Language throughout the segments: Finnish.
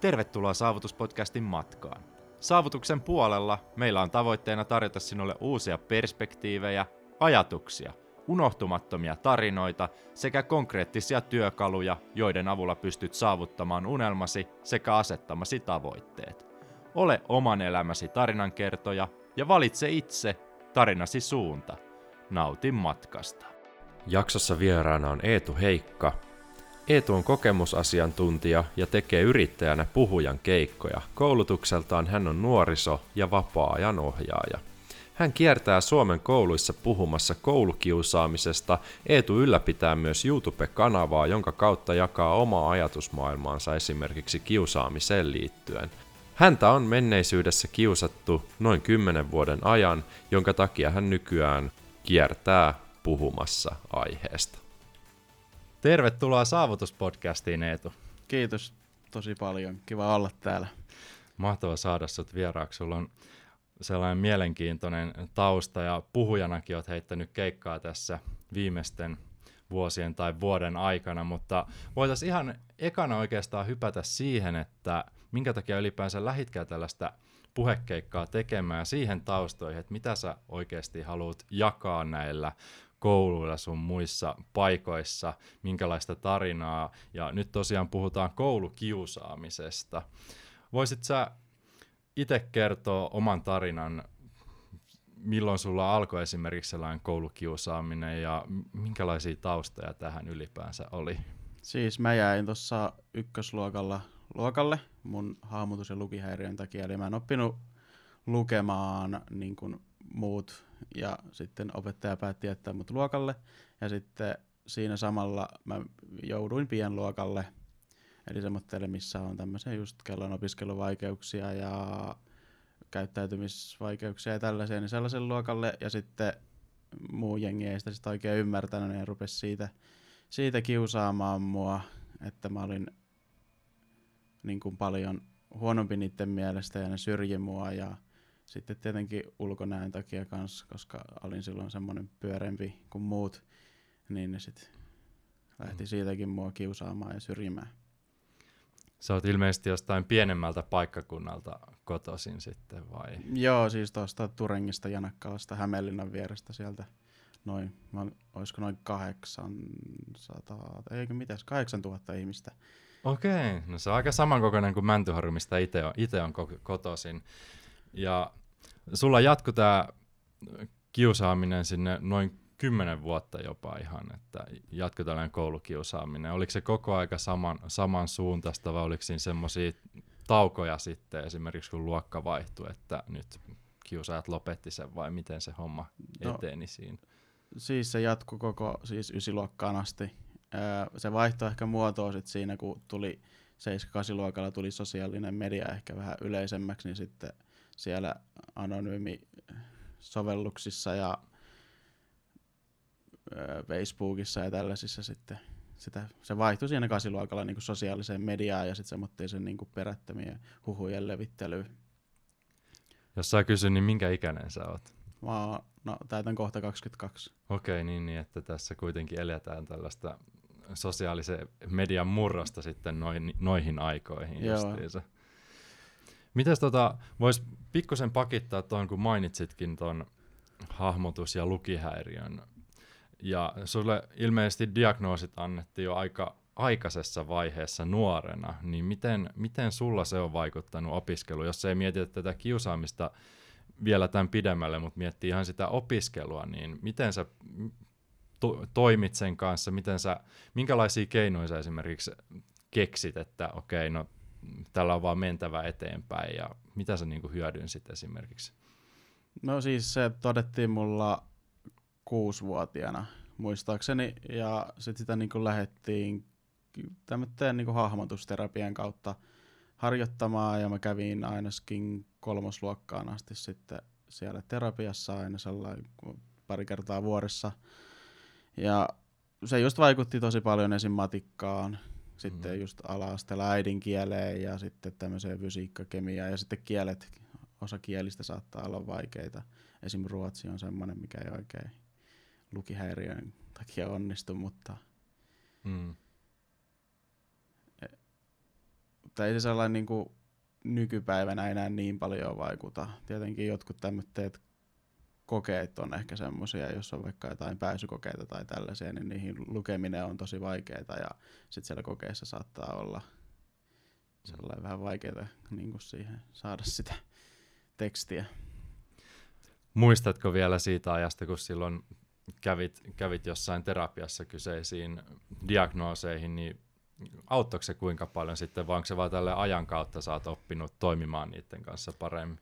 Tervetuloa Saavutuspodcastin matkaan. Saavutuksen puolella meillä on tavoitteena tarjota sinulle uusia perspektiivejä, ajatuksia, unohtumattomia tarinoita sekä konkreettisia työkaluja, joiden avulla pystyt saavuttamaan unelmasi sekä asettamasi tavoitteet. Ole oman elämäsi tarinankertoja ja valitse itse tarinasi suunta. Nauti matkasta. Jaksossa vieraana on Eetu Heikka. Eetu on kokemusasiantuntija ja tekee yrittäjänä puhujan keikkoja. Koulutukseltaan hän on nuoriso- ja vapaa-ajan ohjaaja. Hän kiertää Suomen kouluissa puhumassa koulukiusaamisesta. Eetu ylläpitää myös YouTube-kanavaa, jonka kautta jakaa omaa ajatusmaailmaansa esimerkiksi kiusaamiseen liittyen. Häntä on menneisyydessä kiusattu noin 10 vuoden ajan, jonka takia hän nykyään kiertää puhumassa aiheesta. Tervetuloa Saavutuspodcastiin, Eetu. Kiitos tosi paljon. Kiva olla täällä. Mahtava saada sut vieraaksi. Sulla on sellainen mielenkiintoinen tausta ja puhujanakin olet heittänyt keikkaa tässä viimeisten vuosien tai vuoden aikana, mutta voitaisiin ihan ekana oikeastaan hypätä siihen, että minkä takia ylipäänsä lähitkään tällaista puhekeikkaa tekemään ja siihen taustoihin, että mitä sä oikeasti haluat jakaa näillä kouluilla sun muissa paikoissa, minkälaista tarinaa, ja nyt tosiaan puhutaan koulukiusaamisesta. Voisit sä itse kertoa oman tarinan, milloin sulla alkoi esimerkiksi sellainen koulukiusaaminen, ja minkälaisia taustoja tähän ylipäänsä oli? Siis mä jäin tuossa luokalle mun hahmotus- ja lukihäiriön takia, eli mä en oppinut lukemaan niin kuin muut, ja sitten opettaja päätti jättää mut luokalle, ja sitten siinä samalla mä jouduin pienluokalle, eli semmoitteelle, missä on tämmöisiä just kellon opiskeluvaikeuksia ja käyttäytymisvaikeuksia ja tällaisia, niin sellaisen luokalle, ja sitten muu jengi ei sitä sit oikein ymmärtänyt, ja rupesi siitä kiusaamaan mua, että mä olin niin kuin paljon huonompi niiden mielestä, ja ne syrji mua, ja sitten tietenkin ulkonäön takia kanssa, koska olin silloin semmoinen pyöreämpi kuin muut, niin ne sitten lähti siitäkin mua kiusaamaan ja syrjimään. Sä oot ilmeisesti jostain pienemmältä paikkakunnalta kotoisin sitten, vai? Joo, siis tuosta Turengista, Janakkalasta, Hämeenlinnan vierestä sieltä olisiko noin 8000 ihmistä. Okei, no se on aika samankokoinen kuin Mäntyharju, mistä itse on kotoisin. Ja sulla jatkui tämä kiusaaminen sinne noin 10 vuotta jopa ihan, että jatkui tällainen koulukiusaaminen. Oliko se koko aika saman suuntaista vai oliko siinä semmoisia taukoja sitten esimerkiksi kun luokka vaihtui, että nyt kiusaajat lopetti sen vai miten se homma eteni siinä? Siis se jatkui koko 9-luokkaan asti. Se vaihtoi ehkä muotoa sit siinä, kun tuli 7-8-luokalla tuli sosiaalinen media ehkä vähän yleisemmäksi, niin sitten siellä anonyymi-sovelluksissa ja Facebookissa ja tällaisissa sitten se vaihtui siinä 8-luokalla niin kuin sosiaaliseen mediaan ja sitten semmoitteeseen niin kuin perättömien huhujen levittelyyn. Jos saa kysyä, niin minkä ikäinen sä oot? Täytän kohta 22. Okei, niin, että tässä kuitenkin eletään tällaista sosiaalisen median murrosta sitten noihin aikoihin justiinsa. Mites vois pikkusen pakittaa tuon, kun mainitsitkin ton hahmotus- ja lukihäiriön. Ja sulle ilmeisesti diagnoosit annettiin jo aika aikaisessa vaiheessa nuorena, niin miten sulla se on vaikuttanut opiskeluun, jos ei mietitä tätä kiusaamista vielä tämän pidemmälle, mutta miettii ihan sitä opiskelua, niin miten sä toimit sen kanssa, minkälaisia keinoja sä esimerkiksi keksit, että okei, no tällä on vaan mentävä eteenpäin, ja mitä sä niinku hyödynsit esimerkiksi? No siis se todettiin mulla 6-vuotiaana muistaakseni, ja sitten sitä niinku lähdettiin tämmöisen niinku hahmotusterapian kautta harjoittamaan, ja mä kävin ainakin 3-luokkaan asti sitten siellä terapiassa aina sellainen pari kertaa vuodessa. Ja se just vaikutti tosi paljon esim. Matikkaan, sitten just ala-asteella äidinkieleen ja sitten tämmöiseen fysiikkakemiaan ja sitten osa kielistä saattaa olla vaikeita. Esim. Ruotsi on semmoinen, mikä ei oikein lukihäiriön takia onnistu, mutta mutta ei se sellainen niin kuin nykypäivänä enää niin paljon vaikuta. Tietenkin jotkut tämmöiset kokeet on ehkä semmoisia, jos on vaikka jotain pääsykokeita tai tällaisia, niin niihin lukeminen on tosi vaikeaa ja sitten siellä kokeessa saattaa olla sellainen vähän vaikeaa niin kuin siihen saada sitä tekstiä. Muistatko vielä siitä ajasta, kun silloin kävit jossain terapiassa kyseisiin diagnooseihin, niin auttoiko se kuinka paljon sitten, vai onko se vaan tälle ajan kautta sä oot oppinut toimimaan niiden kanssa paremmin?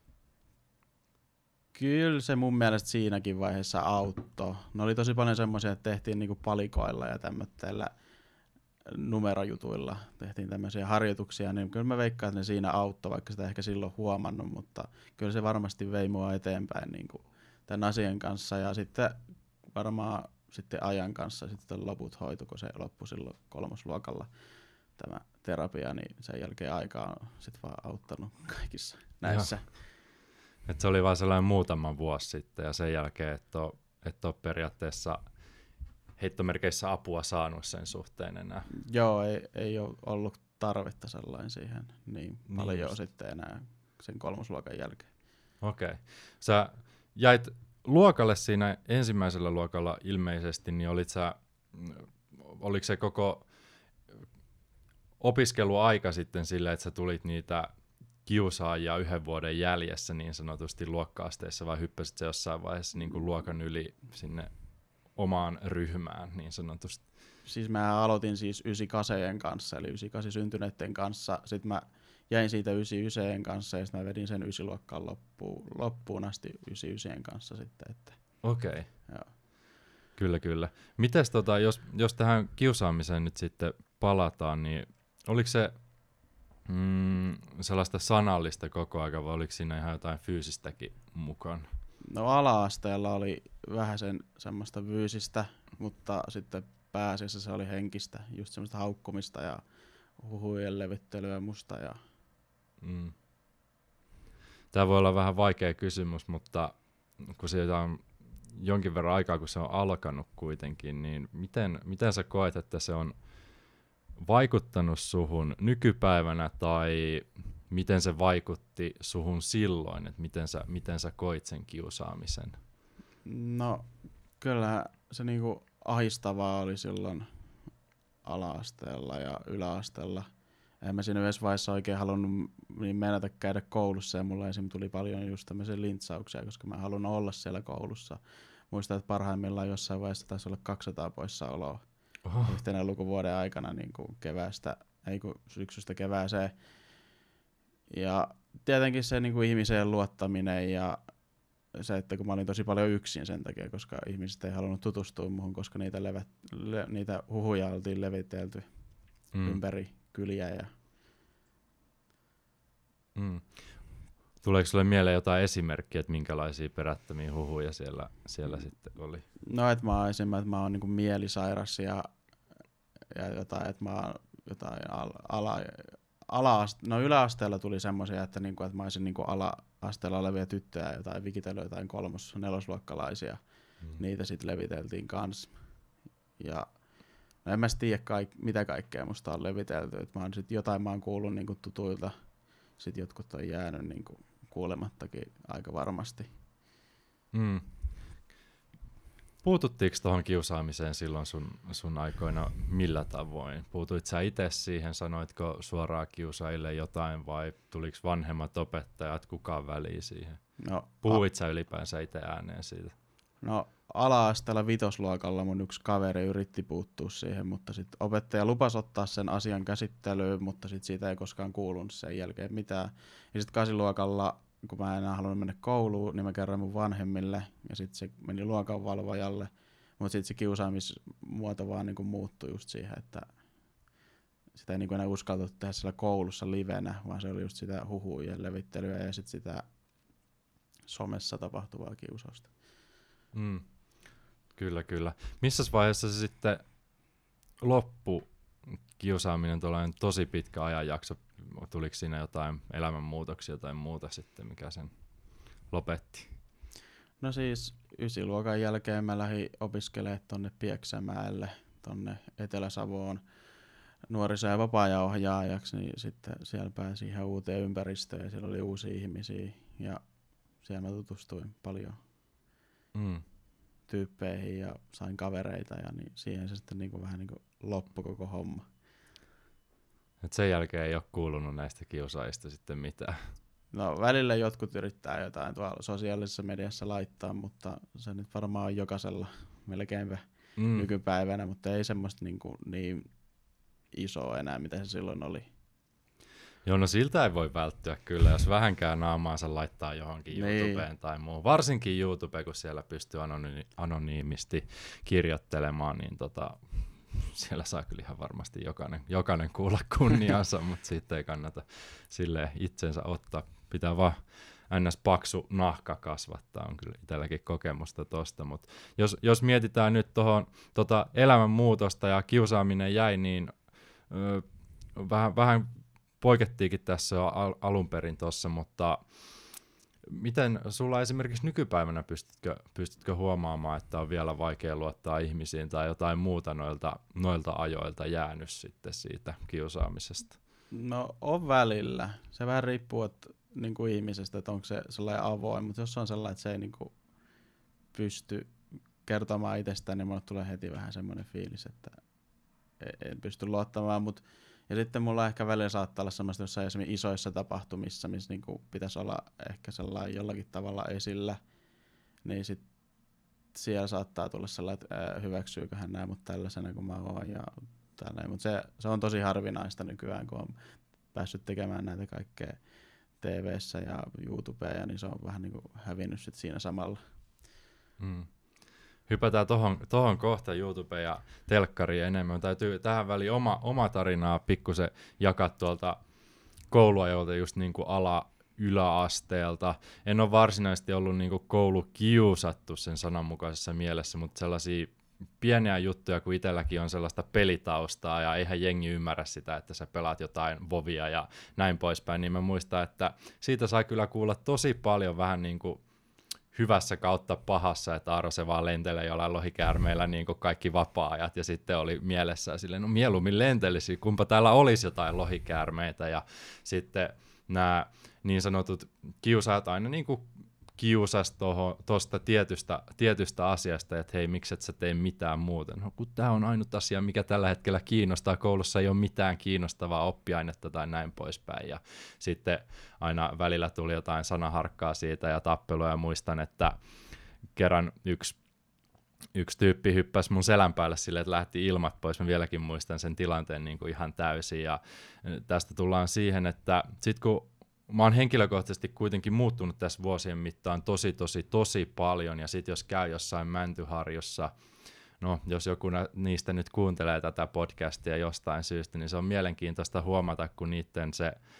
Kyllä se mun mielestä siinäkin vaiheessa auttoi. Ne oli tosi paljon semmoisia, että tehtiin niinku palikoilla ja tämmöisillä numerojutuilla. Tehtiin tämmöisiä harjoituksia, niin kyllä mä veikkaan, että ne siinä auttoi, vaikka sitä ehkä silloin huomannut, mutta kyllä se varmasti vei mua eteenpäin niinku tämän asian kanssa. Ja sitten varmaan sitten ajan kanssa sitten loput hoitu, kun se loppui silloin 3. luokalla tämä terapia, niin sen jälkeen aika on sitten vaan auttanut kaikissa näissä. Että se oli vaan sellainen muutama vuosi sitten ja sen jälkeen, et ole periaatteessa heittomerkeissä apua saanut sen suhteen enää. Joo, ei ole ollut tarvetta sellainen siihen niin paljon just sitten enää sen 3. luokan jälkeen. Okei. Sä jäit luokalle siinä ensimmäisellä luokalla ilmeisesti, niin oliko se koko opiskeluaika sitten silleen, että sä tulit niitä kiusaajia 1 vuoden jäljessä niin sanotusti luokka-asteessa, vai hyppäsit se jossain vaiheessa niin kuin luokan yli sinne omaan ryhmään niin sanotusti? Siis mä aloitin siis 98 kanssa, eli 98 syntyneiden kanssa. Sitten mä jäin siitä 99 kanssa ja sitten mä vedin sen 9 luokkaan loppuun asti 99 kanssa sitten. Että. Okei. Joo. Kyllä. Mites jos tähän kiusaamiseen nyt sitten palataan, niin oliko se sellaista sanallista koko ajan vai oliko siinä ihan jotain fyysistäkin mukana? No ala-asteella oli vähän semmoista fyysistä, mutta sitten pääasiassa se oli henkistä, just semmoista haukkumista ja huhujen levittelyä musta. Ja. Tämä voi olla vähän vaikea kysymys, mutta kun siitä on jonkin verran aikaa, kun se on alkanut kuitenkin, niin miten sä koet, että se on vaikuttanut suhun nykypäivänä tai miten se vaikutti suhun silloin, että miten sä koit sen kiusaamisen? No kyllä se niinku ahdistavaa oli silloin ala-asteella ja yläasteella. En mä siinä yhdessä vaiheessa oikein halunnut niin mennä käydä koulussa ja mulla esim. Tuli paljon just tämmöisiä lintsauksia, koska mä halunnut olla siellä koulussa. Muistan, että parhaimmillaan jossain vaiheessa taisi olla 200 poissaoloa yhtenä lukuvuoden aikana niin kuin syksystä kevääseen. Ja tietenkin se niin kuin ihmiseen luottaminen ja se, että kun mä olin tosi paljon yksin sen takia, koska ihmiset ei halunnut tutustua muhun, koska niitä huhuja oltiin levitelty ympäri kyliä. Ja. Tuleeko sulle mieleen jotain esimerkkiä, että minkälaisia perättömiä huhuja siellä sitten oli? No, että mä oon niinku mielisairas ja jotain, että mä oon jotain yläasteella tuli semmoisia, että mä olisin niinku ala-asteella olevia tyttöjä jotain vikitellyt jotain 3-, 4-luokkalaisia. Niitä sitten leviteltiin kans. Ja no en mä tiedä mitä kaikkea musta on levitelty. Et jotain mä oon kuullut niinku tutuilta. Sitten jotkut on jäänyt niinku kuulemattakin aika varmasti. Puututtiinko tuohon kiusaamiseen silloin sun aikoina millä tavoin? Puutuit sä itse siihen, sanoitko suoraan kiusaajille jotain vai tuliko vanhemmat opettajat, kukaan väliin siihen? No, puhuit sä ylipäänsä itse ääneen siitä? No ala-asteella 5. luokalla mun yksi kaveri yritti puuttua siihen, mutta sitten opettaja lupasi ottaa sen asian käsittelyyn, mutta sitten siitä ei koskaan kuulunut sen jälkeen mitään. Ja sitten 8. luokalla, kun mä en enää halunnut mennä kouluun, niin mä kerroin mun vanhemmille ja sitten se meni luokanvalvojalle. Mutta sitten se kiusaamismuoto vaan niin kuin muuttui just siihen, että sitä ei niin kuin enää uskaltu tehdä siellä koulussa livenä, vaan se oli just sitä huhujen levittelyä ja sitten sitä somessa tapahtuvaa kiusausta. Kyllä. Missäs vaiheessa se sitten loppu kiusaaminen, tuollainen tosi pitkä ajanjakso? Tuliko siinä jotain elämänmuutoksia tai muuta sitten, mikä sen lopetti? No siis 9. luokan jälkeen mä lähdin opiskelemaan tonne Pieksämäelle, tonne Etelä-Savoon nuoriso- ja vapaa-ajan ohjaajaksi, niin sitten siellä pääsi ihan uuteen ympäristöön ja siellä oli uusia ihmisiä ja siellä mä tutustuin paljon tyyppeihin ja sain kavereita ja niin siihen se sitten niinku vähän niinku loppui koko homma. Et sen jälkeen ei ole kuulunut näistä kiusaajista sitten mitään. No välillä jotkut yrittää jotain tuolla sosiaalisessa mediassa laittaa, mutta se nyt varmaan on jokaisella melkeinpä nykypäivänä, mutta ei semmoista niin isoa enää, mitä se silloin oli. Joo, no siltä ei voi välttyä kyllä, jos vähänkään naamaansa laittaa johonkin YouTubeen tai muuhun. Varsinkin YouTube, kun siellä pystyy anonyymisti kirjoittelemaan, niin siellä saa kyllä ihan varmasti jokainen kuulla kunniansa, mutta siitä ei kannata silleen itsensä ottaa. Pitää vaan ns. Paksu nahka kasvattaa, on kyllä itselläkin kokemusta tosta, mutta jos mietitään nyt tuohon elämänmuutosta ja kiusaaminen jäi, niin vähän poikettiinkin tässä jo alun perin tuossa, mutta miten sulla esimerkiksi nykypäivänä pystytkö huomaamaan, että on vielä vaikea luottaa ihmisiin tai jotain muuta noilta ajoilta jäänyt sitten siitä kiusaamisesta? No on välillä. Se vähän riippuu niinku ihmisestä, että onko se sellainen avoin, mutta jos on sellainen, että se ei niinku pysty kertomaan itsestään, niin mulle tulee heti vähän semmoinen fiilis, että en pysty luottamaan, ja sitten mulla ehkä välillä saattaa olla semmoista jossain esimerkiksi isoissa tapahtumissa, missä niinku pitäisi olla ehkä sellainen jollakin tavalla esillä, niin sit siellä saattaa tulla sellainen, että hyväksyykö hän näin mut tällaisena kuin mä oon ja tällainen, mutta se on tosi harvinaista nykyään, kun on päässyt tekemään näitä kaikkea TV:ssä ja YouTubea, niin se on vähän niinku hävinnyt sit siinä samalla. Hypätään tohon kohta YouTube ja telkkariin enemmän. Täytyy tähän väliin oma tarinaa pikkusen jakaa tuolta kouluajoilta just niinku yläasteelta. En ole varsinaisesti ollut niinku koulukiusattu sen sananmukaisessa mielessä, mutta sellaisia pieniä juttuja, kun itselläkin on sellaista pelitaustaa ja eihän jengi ymmärrä sitä, että sä pelaat jotain vovia ja näin poispäin, niin mä muistan, että siitä sai kyllä kuulla tosi paljon vähän niin kuin hyvässä kautta pahassa, että Aaro se vaan lentelee jollain lohikäärmeillä niin kuin kaikki vapaa-ajat, ja sitten oli mielessään silleen, no mieluummin lentelisi, kumpa täällä olisi jotain lohikäärmeitä, ja sitten nämä niin sanotut kiusaajat aina niin kuin kiusasi tuosta tietystä asiasta, että hei, miksi et sä tee mitään muuta. No kun tämä on ainut asia, mikä tällä hetkellä kiinnostaa. Koulussa ei ole mitään kiinnostavaa oppiainetta tai näin poispäin. Ja sitten aina välillä tuli jotain sanaharkkaa siitä ja tappelua. Ja muistan, että kerran yksi tyyppi hyppäsi mun selän päälle silleen, että lähti ilmat pois. Mä vieläkin muistan sen tilanteen niin kuin ihan täysin. Ja tästä tullaan siihen, että sit kun mä oon henkilökohtaisesti kuitenkin muuttunut tässä vuosien mittaan tosi paljon, ja sit jos käy jossain Mäntyharjussa, no jos joku niistä nyt kuuntelee tätä podcastia jostain syystä, niin se on mielenkiintoista huomata, kun niitten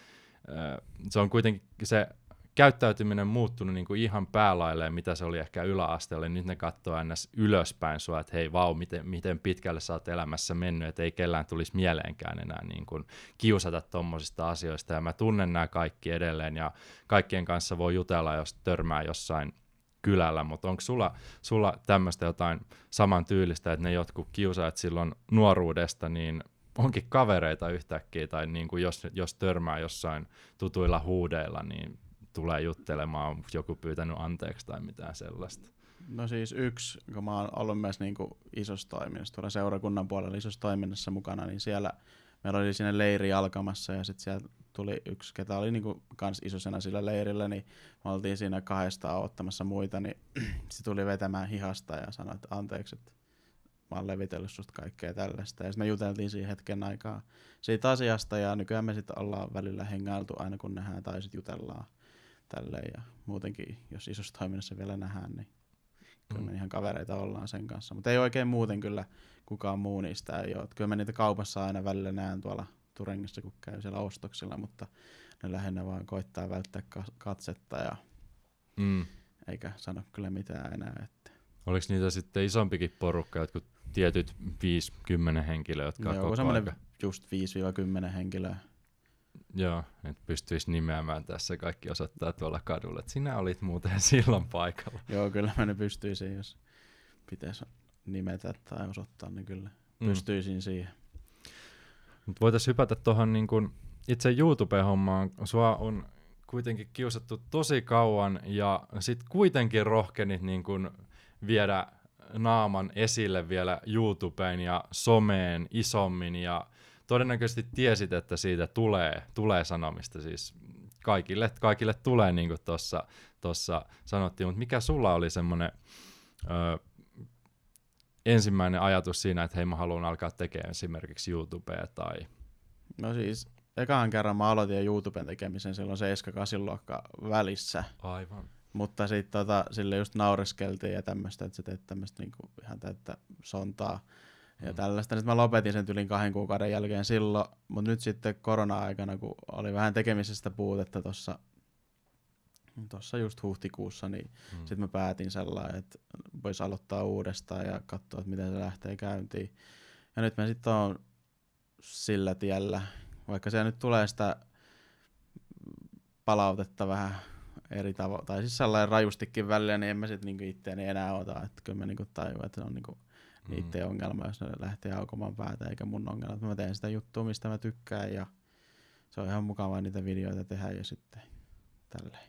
se on kuitenkin se käyttäytyminen muuttunut niin kuin ihan päälailleen, mitä se oli ehkä yläasteella. Nyt ne katsoo aina ylöspäin sua, että hei vau, miten pitkälle sä oot elämässä mennyt, että ei kellään tulisi mieleenkään enää niin kuin kiusata tommosista asioista. Ja mä tunnen nämä kaikki edelleen ja kaikkien kanssa voi jutella, jos törmää jossain kylällä, mutta onko sulla tämmöistä jotain samantyylistä, että ne jotkut kiusaajat silloin nuoruudesta, niin onkin kavereita yhtäkkiä, tai niin kuin jos törmää jossain tutuilla huudeilla, niin tulee juttelemaan, onko joku pyytänyt anteeksi tai mitään sellaista? No siis yksi, kun mä oon ollut myös niin kuin isossa toiminnassa, tuolla seurakunnan puolella isossa toiminnassa mukana, niin siellä meillä oli sinne leiri alkamassa ja sitten siellä tuli yksi, ketä oli niin kuin kans isosena sillä leirillä, niin me oltiin siinä kahdestaan ottamassa muita, niin se tuli vetämään hihasta ja sanoi, että anteeksi, että mä oon levitellyt susta kaikkea tällaista. Ja sitten me juteltiin siinä hetken aikaa siitä asiasta ja nykyään me sitten ollaan välillä hengailtu aina kun nähdään tai sitten jutellaan tälleen ja muutenkin, jos isossa toiminnassa vielä nähdään, niin kyllä me ihan kavereita ollaan sen kanssa. Mutta ei oikein muuten kyllä kukaan muu niistä ei ole. Kyllä me niitä kaupassa aina välillä näen tuolla Turengissa, kun käy siellä ostoksilla, mutta ne lähinnä vaan koittaa välttää katsetta ja eikä sano kyllä mitään enää. Että. Oliko niitä sitten isompikin porukka, jotkut tietyt 5-10 henkilöä, jotka on koko semmoinen just 5-10 henkilöä. Joo, että pystyisi nimeämään tässä kaikki osoittaa tuolla kadulla, että sinä olit muuten silloin paikalla. Joo, kyllä mä ne pystyisin, jos pitäisi nimetä tai osoittaa, niin kyllä pystyisin siihen. Nyt voitaisiin hypätä tuohon niin kun itse YouTube-hommaan. Sua on kuitenkin kiusattu tosi kauan ja sit kuitenkin rohkenit niin kun viedä naaman esille vielä YouTubeen ja someen isommin ja todennäköisesti tiesit, että siitä tulee sanomista. Siis kaikille tulee, niin kuin tuossa sanottiin, mutta mikä sulla oli semmoinen ensimmäinen ajatus siinä, että hei mä haluan alkaa tekemään esimerkiksi YouTubea tai... No siis, ekaan kerran mä aloitin YouTuben tekemisen silloin 7-8 luokka välissä. Aivan. Mutta sitten sille just naureskeltiin ja tämmöistä, että sä teet tämmöistä niinku ihan täyttä sontaa ja tällaista. Sitten mä lopetin sen tylin 2 kuukauden jälkeen silloin, mutta nyt sitten korona-aikana, kun oli vähän tekemisestä puutetta tuossa just huhtikuussa, niin sitten mä päätin sellainen, että vois aloittaa uudestaan ja katsoa, että miten se lähtee käyntiin. Ja nyt mä sitten oon sillä tiellä, vaikka siellä nyt tulee sitä palautetta vähän eri tavoin, tai siis sellainen rajustikin välillä, niin en mä sit niinku itteeni enää ota, että kyllä mä niinku tajun, että se on niinku niiden ongelma, jos ne lähtee aukomaan päätä, eikä mun ongelma. Mä teen sitä juttua, mistä mä tykkään, ja se on ihan mukavaa niitä videoita tehdä, ja sitten tälleen.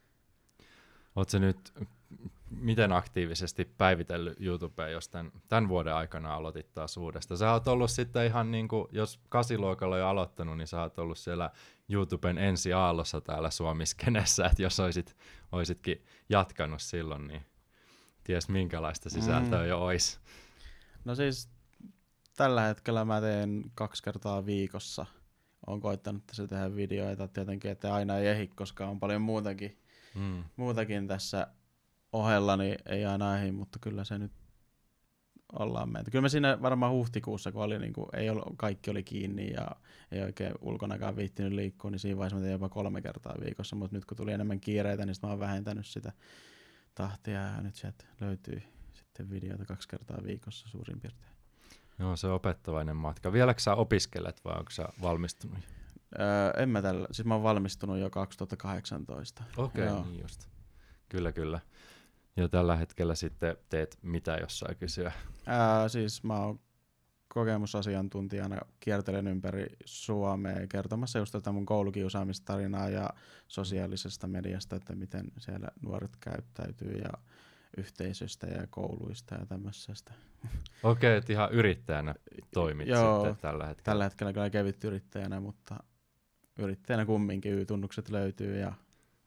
Ootko sä nyt miten aktiivisesti päivitellyt YouTubea, jos tämän vuoden aikana aloitit taas uudestaan? Sä oot ollut sitten ihan niin kuin, jos 8-luokalla jo aloittanut, niin sä oot ollut siellä YouTuben ensi aallossa täällä Suomiskenessä, että jos oisitkin jatkanut silloin, niin ties minkälaista sisältöä jo ois. No siis tällä hetkellä mä teen 2 kertaa viikossa. Oon koittanut tässä tehdä videoita, tietenkin, että aina ei ehdi, koska on paljon muutakin tässä ohella, niin ei aina ehdi, mutta kyllä se nyt ollaan menty. Kyllä me siinä varmaan huhtikuussa, kun oli, niin kuin, kaikki oli kiinni ja ei oikein ulkonakaan viittinyt liikkua, niin siinä vaiheessa mä tein jopa 3 kertaa viikossa, mutta nyt kun tuli enemmän kiireitä, niin mä oon vähentänyt sitä tahtia ja nyt sieltä löytyy sitten videoita 2 kertaa viikossa suurin piirtein. Joo, se on opettavainen matka. Vieläkö sä opiskelet vai onko sä valmistunut? En mä siis mä oon valmistunut jo 2018. Okei, niin just. Kyllä. Ja tällä hetkellä sitten teet mitä, jos saa kysyä? Siis mä oon kokemusasiantuntijana, kiertelen ympäri Suomea kertomassa just tätä mun koulukiusaamistarinaa ja sosiaalisesta mediasta, että miten siellä nuoret käyttäytyy ja yhteisöstä ja kouluista ja tämmöisestä. Okei, että ihan yrittäjänä toimit sitten tällä hetkellä. Tällä hetkellä kyllä kevyt yrittäjänä, mutta yrittäjänä kumminkin Y-tunnukset löytyy ja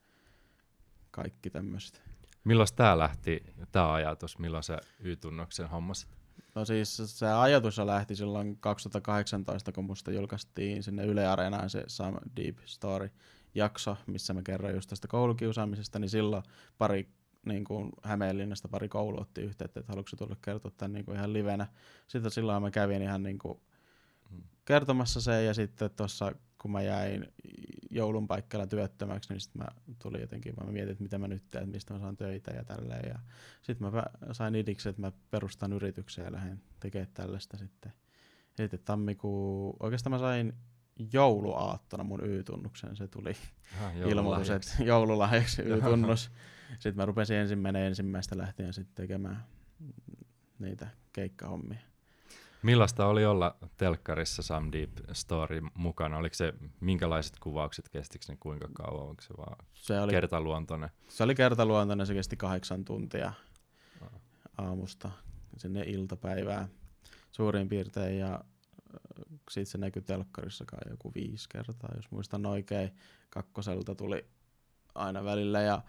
kaikki tämmöistä. Milloin tää lähti, tää ajatus, milloin sä Y-tunnuksen hommasit? No siis se ajatus lähti silloin 2018, kun musta julkaistiin sinne Yle Areenaan se Some Deep Story-jakso, missä mä kerroin just tästä koulukiusaamisesta, niin silloin niin kuin Hämeenlinnasta pari koulua otti yhteyttä, että haluatko tulla kertoa tämän niin kuin ihan livenä. Sitten silloin mä kävin ihan niin kuin kertomassa sen ja sitten tuossa kun mä jäin joulun paikalla työttömäksi, niin sitten mä tulin jotenkin, mä mietin, että mitä mä nyt teen, että mistä mä saan töitä ja tälleen. Ja sitten mä sain idiksi, että mä perustan yrityksen ja lähden tekemään tällaista sitten. Sitten oikeastaan mä sain jouluaattona mun Y-tunnuksen, se tuli ilmoitus, että joululahjaksi Y-tunnus. Sitten mä rupesin ensimmäistä lähtien sitten tekemään niitä keikkahommia. Millaista oli olla telkkarissa Some Deep Story mukana? Oliko se, minkälaiset kuvaukset, kestikö ne kuinka kauan? Onko se vaan kertaluontoinen? Se oli kertaluontoinen, se kesti 8 tuntia aamusta sinne iltapäivään suurin piirtein. Ja siitä se näkyi telkkarissakaan joku 5 kertaa, jos muistan oikein. 2 tuli aina välillä. Ja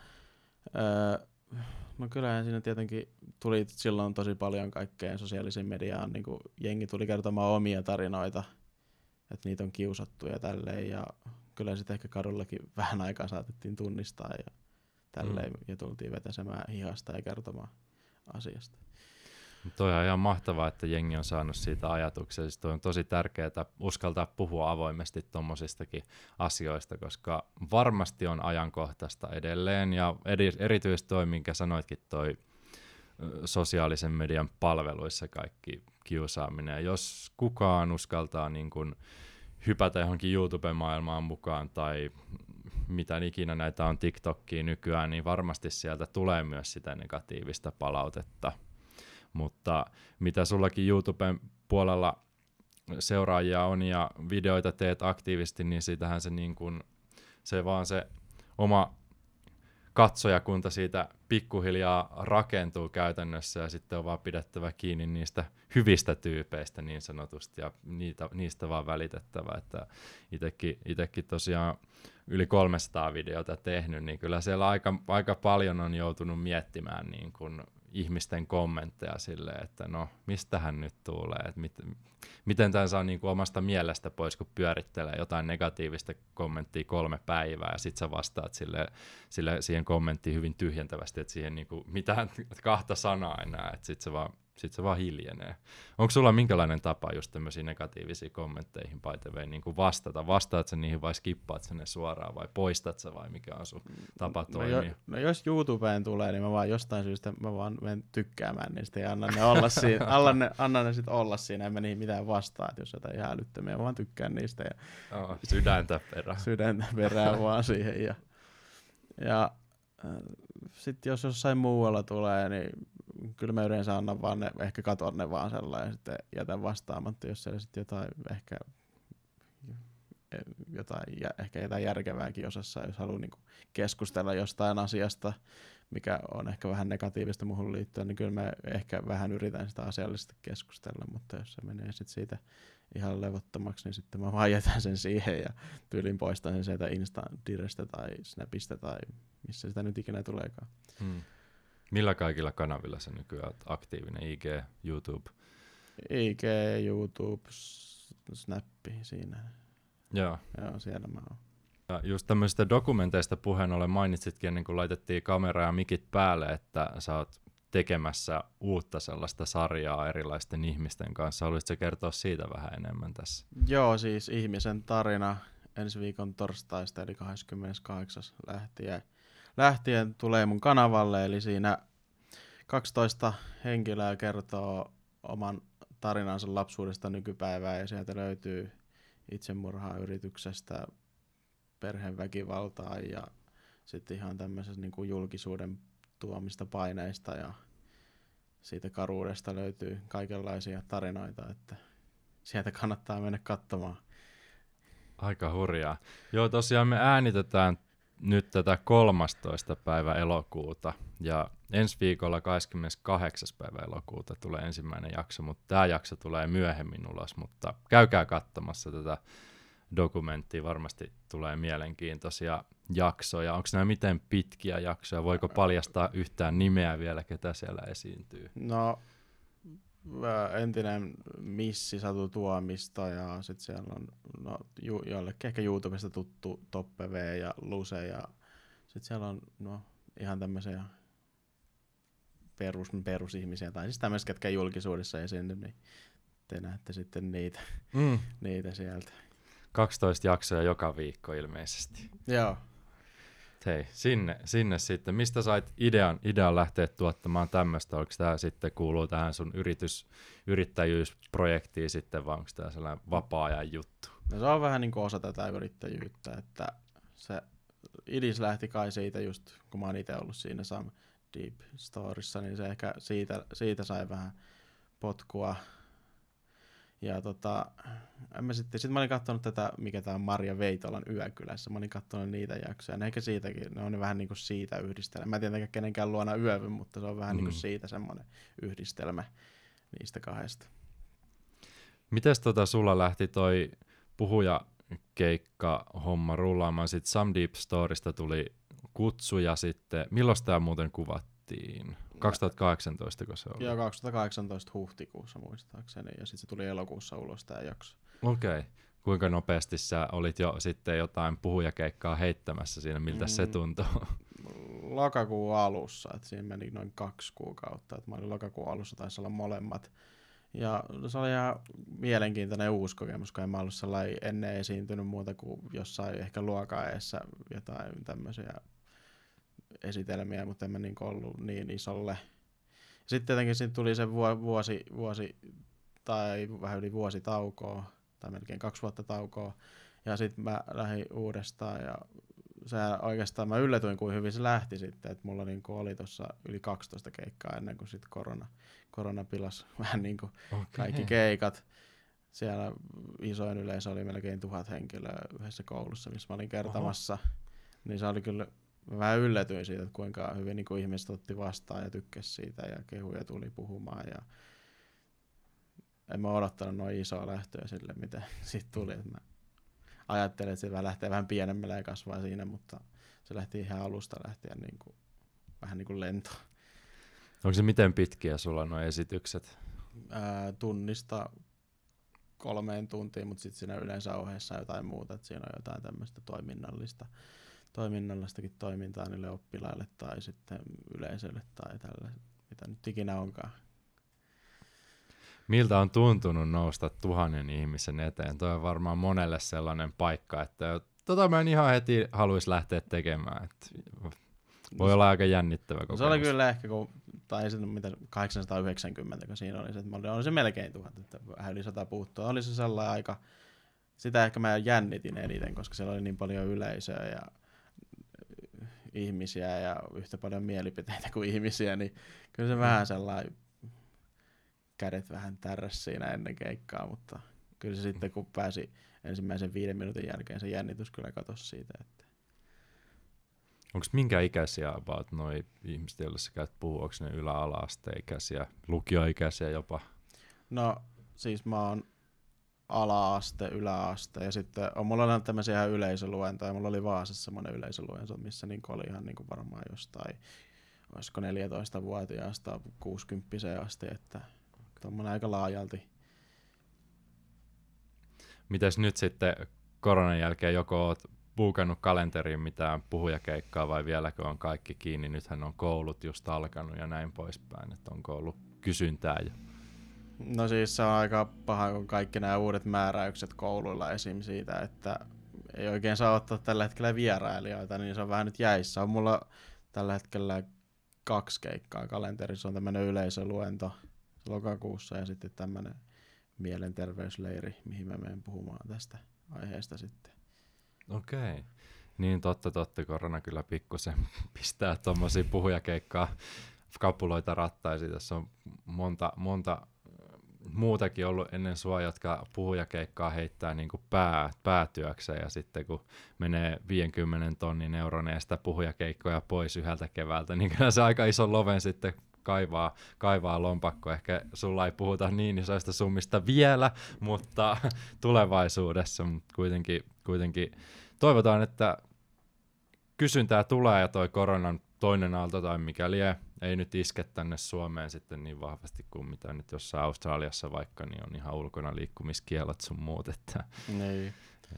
no kyllähän siinä tietenkin tuli silloin tosi paljon kaikkeen sosiaalisiin mediaan, niin kuin jengi tuli kertomaan omia tarinoita, että niitä on kiusattu ja tälleen, ja kyllä sitten ehkä kadullakin vähän aikaa saatettiin tunnistaa ja tälleen, ja tultiin vetäsemään hihasta ja kertomaan asiasta. Toi on ihan mahtavaa, että jengi on saanut siitä ajatuksia. Siis toi on tosi tärkeää uskaltaa puhua avoimesti tommosistakin asioista, koska varmasti on ajankohtaista edelleen. Ja erityisesti toi, minkä sanoitkin, toi sosiaalisen median palveluissa kaikki kiusaaminen. Ja jos kukaan uskaltaa niin kun hypätä johonkin YouTube-maailmaan mukaan tai mitä ikinä näitä on TikTokia nykyään, niin varmasti sieltä tulee myös sitä negatiivista palautetta. Mutta mitä sullakin YouTuben puolella seuraajia on ja videoita teet aktiivisesti, niin siitähän se, niin kun, se vaan se oma katsojakunta siitä pikkuhiljaa rakentuu käytännössä ja sitten on vaan pidettävä kiinni niistä hyvistä tyypeistä niin sanotusti ja niistä vaan välitettävä, että itsekin tosiaan yli 300 videota tehnyt, niin kyllä siellä aika paljon on joutunut miettimään niin kuin ihmisten kommentteja silleen, että no mistähän nyt tulee, että miten tämän saa niin kuin omasta mielestä pois, kun pyörittelee jotain negatiivista kommenttia 3 päivää ja sit sä vastaat siihen kommenttiin hyvin tyhjentävästi, että siihen niin kuin mitään 2 sanaa enää, että sit se vaan hiljenee. Onko sulla minkälainen tapa just tämmöisiin negatiivisiin kommentteihin by the way, niin kuin vastata? Vastaat sä niihin vai skippaat sä ne suoraan vai poistat sä vai mikä on sun tapa toimia? No jos YouTubeen tulee, niin mä vaan jostain syystä mä vaan menen tykkäämään niistä ja annan ne olla siinä, annan ne sit olla siinä, en mä niihin mitään vastaa, että jos jotain ihan älyttömiä, mä vaan tykkään niistä. Ja sydäntä perään. Sydäntä perään vaan siihen. Ja sitten jos jossain muualla tulee, niin kyllä mä yleensä annan vaan ne, ehkä katon ne vaan sellainen ja sitten jätän vastaamatta, jos siellä sitten ehkä jotain järkevääkin osassa, jos haluaa niinku keskustella jostain asiasta, mikä on ehkä vähän negatiivista muuhun liittyen, niin kyllä mä ehkä vähän yritän sitä asiallisesti keskustella, mutta jos se menee sitten siitä ihan levottomaksi, niin sitten mä vaan jätän sen siihen ja tyylin poistan sen sieltä Insta-direstä tai Snapista tai missä sitä nyt ikinä tuleekaan. Millä kaikilla kanavilla sä nykyään oot aktiivinen? IG, YouTube? IG, YouTube, Snappi siinä. Joo, siellä mä oon. Ja just tämmöisistä dokumenteista puheen ollen mainitsitkin ennen kuin laitettiin kamera ja mikit päälle, että sä oot tekemässä uutta sellaista sarjaa erilaisten ihmisten kanssa. Haluaisitko kertoa siitä vähän enemmän tässä? Joo, siis ihmisen tarina ensi viikon torstaista eli 28. lähtien tulee mun kanavalle, eli siinä 12 henkilöä kertoo oman tarinansa lapsuudesta nykypäivään ja sieltä löytyy itsemurhayrityksestä perheväkivaltaa ja sitten ihan tämmöisestä niin kuin julkisuuden tuomista paineista ja siitä karuudesta löytyy kaikenlaisia tarinoita, että sieltä kannattaa mennä katsomaan. Aika hurjaa. Joo, tosiaan me äänitetään nyt tätä 13. päivä elokuuta ja ensi viikolla 28. päivä elokuuta tulee ensimmäinen jakso, mutta tämä jakso tulee myöhemmin ulos, mutta käykää katsomassa tätä dokumenttia, varmasti tulee mielenkiintoisia jaksoja. Onko nämä miten pitkiä jaksoja? Voiko paljastaa yhtään nimeä vielä, ketä siellä esiintyy? No, entinen missi Satu Tuomisto ja sitten siellä on jollekin ehkä YouTubesta tuttu Toppe V ja Luse ja sitten siellä on ihan tämmöisiä perusihmisiä tai siis tämmöiset, ketkä julkisuudessa esiintyy, niin te näette sitten niitä sieltä. 12 jaksoja joka viikko ilmeisesti. Joo. Hei, sinne sitten. Mistä sait idean lähteä tuottamaan tämmöistä? Onko tämä sitten kuuluu tähän sun yrittäjyysprojektiin sitten, vai onko tämä sellainen vapaa-ajan juttu? No se on vähän niin kuin osa tätä yrittäjyyttä, että se idis lähti kai siitä just, kun mä oon itse ollut siinä Some Deep Storissa, niin se ehkä siitä sai vähän potkua. Ja sitten mä olin katsonut tätä, mikä tää on Marja Veitolan Yökylässä. Mä olin katsonut niitä jaksoja. Ne ehkä siitäkin, ne on vähän niinku siitä yhdistelmä. Mä en tietenkään kenenkään luona yövy, mutta se on vähän niinku siitä semmoinen yhdistelmä niistä 2. Mites sulla lähti toi puhujakeikka homma rullaamaan? Sitten Some Deep Storysta tuli kutsu ja sitten, milloin tää muuten kuvattiin? 2018 kun se oli? Joo, 2018 huhtikuussa muistaakseni, ja sitten se tuli elokuussa ulos tää jakso. Okei. Kuinka nopeasti sä olit jo sitten jotain puhujakeikkaa heittämässä siinä, miltä se tuntuu? Lokakuun alussa, että siinä meni noin 2 kuukautta, että mä olin lokakuun alussa, taisi olla molemmat. Ja se oli ihan mielenkiintoinen uusi kokemus, kun en mä ollut sellainen ennen esiintynyt muuta kuin jossain ehkä luokaeessa jotain tämmöisiä esitelmiä, mutta en mä niin ollut niin isolle. Sitten tietenkin siinä tuli se vuosi tai vähän yli vuosi taukoa, tai melkein 2 vuotta taukoa, ja sitten mä lähdin uudestaan, ja se oikeastaan mä yllätyin, kuin hyvin se lähti sitten, että mulla niin oli tuossa yli 12 keikkaa ennen kuin sitten korona pilasi vähän niin kuin kaikki keikat. siellä isoin yleisö oli melkein 1000 henkilöä yhdessä koulussa, missä mä olin kertomassa. Niin se oli kyllä, mä vähän yllätyin siitä, että kuinka hyvin niin kuin ihmiset otti vastaan ja tykkäsi siitä ja kehuja tuli puhumaan. Ja en mä odottanut noin isoa lähtöä sille, mitä siitä tuli. Mä ajattelin, että se lähtee vähän pienemmällä ja kasvaa siinä, mutta se lähti ihan alusta lähtien niin kuin, vähän niin kuin lentoon. Onko se miten pitkiä sulla nuo esitykset? Tunnista 3 tuntia, mutta sitten siinä yleensä ohessa jotain muuta, että siinä on jotain tämmöistä toiminnallistakin toimintaa niille oppilaille tai sitten yleisölle tai tällä, mitä nyt ikinä onkaan. Miltä on tuntunut nousta 1000 ihmisen eteen? Tuo on varmaan monelle sellainen paikka, että mä en ihan heti haluaisi lähteä tekemään. Voi olla aika jännittävä kokemus. Se oli kyllä ehkä, tai sitten mitä 890, kun siinä oli se, että oli se melkein 1000, että vähän yli 100 puuttua. Oli se sellainen aika, sitä ehkä mä jännitin eniten, koska siellä oli niin paljon yleisöä ja ihmisiä ja yhtä paljon mielipiteitä kuin ihmisiä, niin kyllä se vähän sellainen, kädet vähän tärräs siinä ennen keikkaa, mutta kyllä se sitten kun pääsi ensimmäisen 5 minuutin jälkeen, se jännitys kyllä katosi siitä. Että. Onko minkä ikäisiä about noi ihmiset, joille sä käyt puhua? Onko ne ylä-ala-asteikäisiä, lukioikäisiä jopa? No siis mä oon ala-aste, yläaste ja sitten on mulla on tämmöisiä ihan yleisöluentoja. Mulla oli Vaasassa semmoinen yleisöluento, missä niin oli ihan niin varmaan jostain, olisiko 14-vuotiaasta 60 asti, että tommoinen aika laajalti. Mites nyt sitten koronan jälkeen joko oot buukannut kalenteriin mitään puhujakeikkaa vai vieläkö on kaikki kiinni? Nythän on koulut just alkanut ja näin poispäin, että onko ollut kysyntää jo? No siis se on aika paha, kun kaikki nämä uudet määräykset kouluilla esim. Siitä, että ei oikein saa ottaa tällä hetkellä vierailijoita, niin se on vähän nyt jäissä. On mulla tällä hetkellä 2 keikkaa kalenterissa. On tämmöinen yleisöluento lokakuussa ja sitten tämmöinen mielenterveysleiri, mihin mä menen puhumaan tästä aiheesta sitten. Okei. Niin totta, korona kyllä pikkusen pistää tommosia puhujakeikkaa kapuloita rattaisiin. Tässä on monta muutakin ollut ennen sua, jotka puhujakeikkaa heittää niin kuin päätyökseen ja sitten kun menee 50 000 € eestä puhujakeikkoja pois yhdeltä keväältä, niin kyllä se aika ison loven sitten kaivaa lompakko. Ehkä sulla ei puhuta niin isoista summista vielä, mutta tulevaisuudessa kuitenkin toivotaan, että kysyntää tulee ja toi koronan toinen aalto tai mikäli ei nyt iske tänne Suomeen sitten niin vahvasti kuin mitä nyt jossain Australiassa vaikka, niin on ihan ulkona liikkumiskielot sun muut, että niin.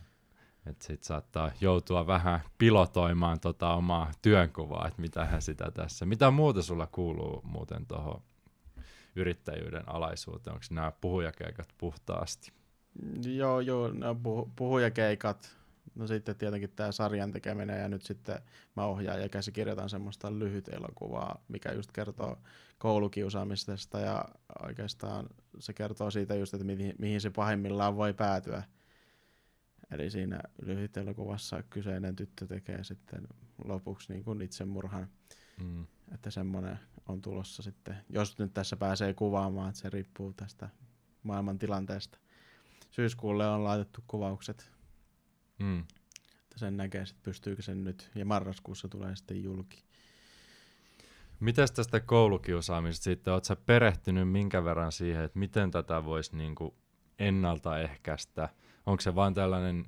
sit saattaa joutua vähän pilotoimaan omaa työnkuvaa, että mitähän sitä tässä. Mitä muuta sulla kuuluu muuten tuohon yrittäjyyden alaisuuteen? Onko nämä puhujakeikat puhtaasti? Joo, nämä puhujakeikat. No sitten tietenkin tämä sarjan tekeminen ja nyt sitten mä ohjaan ja käsikirjoitan semmoista lyhyt elokuvaa, mikä just kertoo koulukiusaamisesta ja oikeastaan se kertoo siitä just, että mihin se pahimmillaan voi päätyä. Eli siinä lyhyt elokuvassa kyseinen tyttö tekee sitten lopuksi niin kuin itsemurhan, että semmoinen on tulossa sitten, jos nyt tässä pääsee kuvaamaan, että se riippuu tästä maailman tilanteesta. Syyskuulle on laitettu kuvaukset. Että sen näkee, että pystyykö sen nyt, ja marraskuussa tulee sitten julki. Mitäs tästä koulukiusaamisesta sitten, ootko sä perehtynyt minkä verran siihen, että miten tätä voisi niinku ennaltaehkäistä? Onko se vaan tällainen,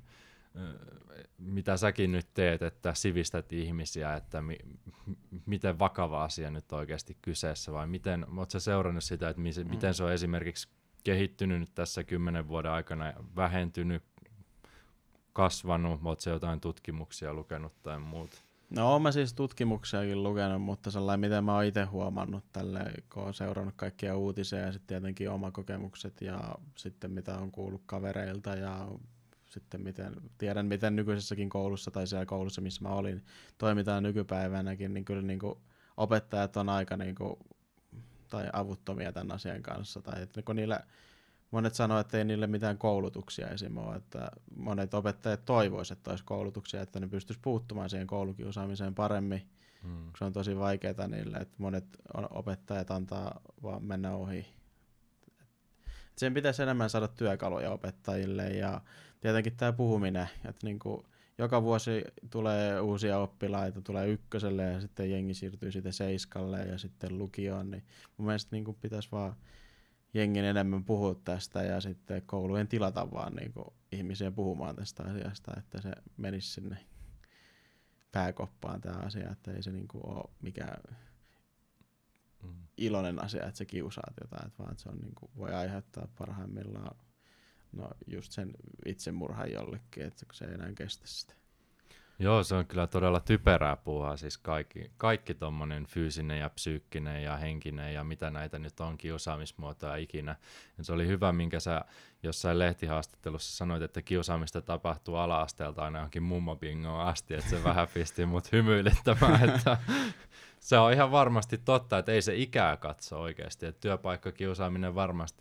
mitä säkin nyt teet, että sivistät ihmisiä, että miten vakava asia nyt oikeasti kyseessä, vai ootko sä seurannut sitä, että miten se on esimerkiksi kehittynyt nyt tässä 10 vuoden aikana, vähentynyt, kasvanut, ootko sä jotain tutkimuksia lukenut tai muuta? No oon mä siis tutkimuksiakin lukenut, mutta sellainen miten mä oon itse huomannut tälle, kun oon seurannut kaikkia uutisia ja sitten tietenkin omakokemukset ja sitten mitä on kuullut kavereilta ja sitten tiedän miten nykyisessäkin koulussa tai siellä koulussa, missä mä olin, toimitaan nykypäivänäkin, niin kyllä niin kuin opettajat on aika niin kuin, tai avuttomia tämän asian kanssa. Tai että kun monet sanoo, että ei niille mitään koulutuksia esim. Ole, että monet opettajat toivoisivat, että olisi koulutuksia, että ne pystyisi puuttumaan siihen koulukiusaamiseen paremmin, se on tosi vaikeaa niille, että monet opettajat antaa vaan mennä ohi. sen pitäisi enemmän saada työkaluja opettajille ja tietenkin tämä puhuminen, että niinku joka vuosi tulee uusia oppilaita, tulee ykköselle ja sitten jengi siirtyy sitten seiskalle ja sitten lukioon, niin mun mielestä niinku pitäisi vaan jengin enemmän puhua tästä ja sitten koulujen tilata vaan niinku ihmisiä puhumaan tästä asiasta, että se menisi sinne pääkoppaan tämä asia, että ei se niinku ole mikään iloinen asia, että sä kiusaat jotain, että vaan että se on niinku, voi aiheuttaa parhaimmillaan just sen itsemurhan jollekin, että se ei enää kestä sitä. Joo, se on kyllä todella typerää puhua, siis kaikki tommonen fyysinen ja psyykkinen ja henkinen ja mitä näitä nyt on kiusaamismuotoja ikinä. Ja se oli hyvä, minkä sä jossain lehtihaastattelussa sanoit, että kiusaamista tapahtuu ala-asteelta aina johonkin mummobingoon asti, että se vähän pisti mut hymyilyttämään, että se on ihan varmasti totta, että ei se ikää katso oikeasti, että työpaikkakiusaaminen varmasti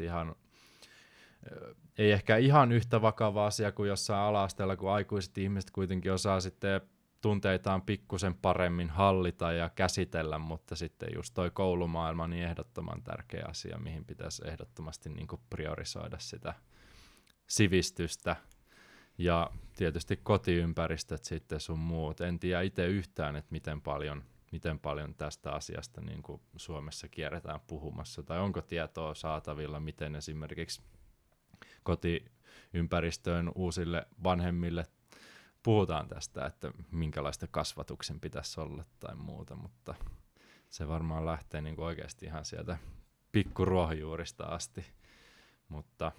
ei ehkä ihan yhtä vakava asia kuin jossain ala-asteella, kun aikuiset ihmiset kuitenkin osaa sitten tunteitaan pikkusen paremmin hallita ja käsitellä, mutta sitten just toi koulumaailma on niin ehdottoman tärkeä asia, mihin pitäisi ehdottomasti niin kuin priorisoida sitä sivistystä ja tietysti kotiympäristöt sitten sun muut. En tiedä itse yhtään, että miten paljon tästä asiasta niin kuin Suomessa kierretään puhumassa, tai onko tietoa saatavilla, miten esimerkiksi kotiympäristöön uusille vanhemmille puhutaan tästä, että minkälaista kasvatuksen pitäisi olla tai muuta, mutta se varmaan lähtee niin kuin oikeasti ihan sieltä pikkuruohonjuurista asti, mutta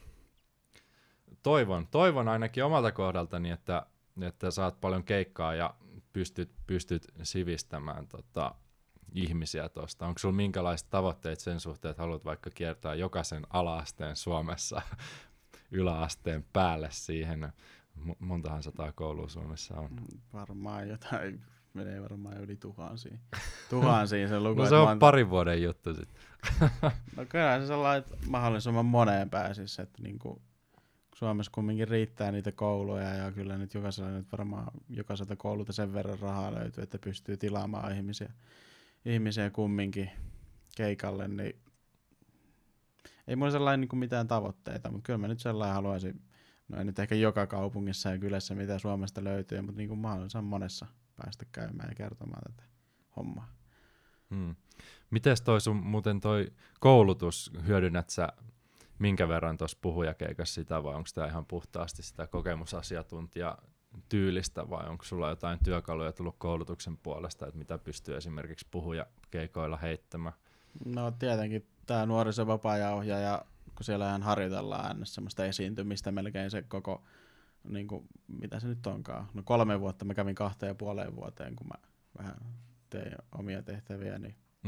toivon ainakin omalta kohdaltani, että saat paljon keikkaa ja pystyt sivistämään ihmisiä tuosta. Onko sulla minkälaiset tavoitteet sen suhteen, että haluat vaikka kiertää jokaisen ala-asteen Suomessa yläasteen päälle siihen? Montahan 100 koulua Suomessa on. Varmaan jotain, menee varmaan yli tuhansiin. Tuhansiin se luku. No se on parin vuoden juttu sitten. No kyllä se sellainen, että mahdollisimman moneen pääsisi, että niinku Suomessa kumminkin riittää niitä kouluja ja kyllä nyt varmaan jokaiselta koululta sen verran rahaa löytyy, että pystyy tilaamaan ihmisiä kumminkin keikalle, niin ei mulla sellainen niin kuin mitään tavoitteita, mutta kyllä mä nyt sellainen haluaisin, no ei nyt ehkä joka kaupungissa ja kylässä mitä Suomesta löytyy, mutta niin kuin mahdollisimman monessa päästä käymään ja kertomaan tätä hommaa. Mites muuten toi koulutus, hyödynnät sä minkä verran tuossa puhujakeikassa sitä vai onko tämä ihan puhtaasti sitä kokemusasiantuntija tyylistä vai onko sulla jotain työkaluja tullut koulutuksen puolesta, että mitä pystyy esimerkiksi puhujakeikoilla heittämään? No tietenkin tämä nuorisovapaa-ohjaaja, kun siellähän harjoitellaan aina semmoista esiintymistä melkein se koko, niin kuin, mitä se nyt onkaan. No 3 vuotta mä kävin 2,5 vuoteen, kun mä vähän tein omia tehtäviä,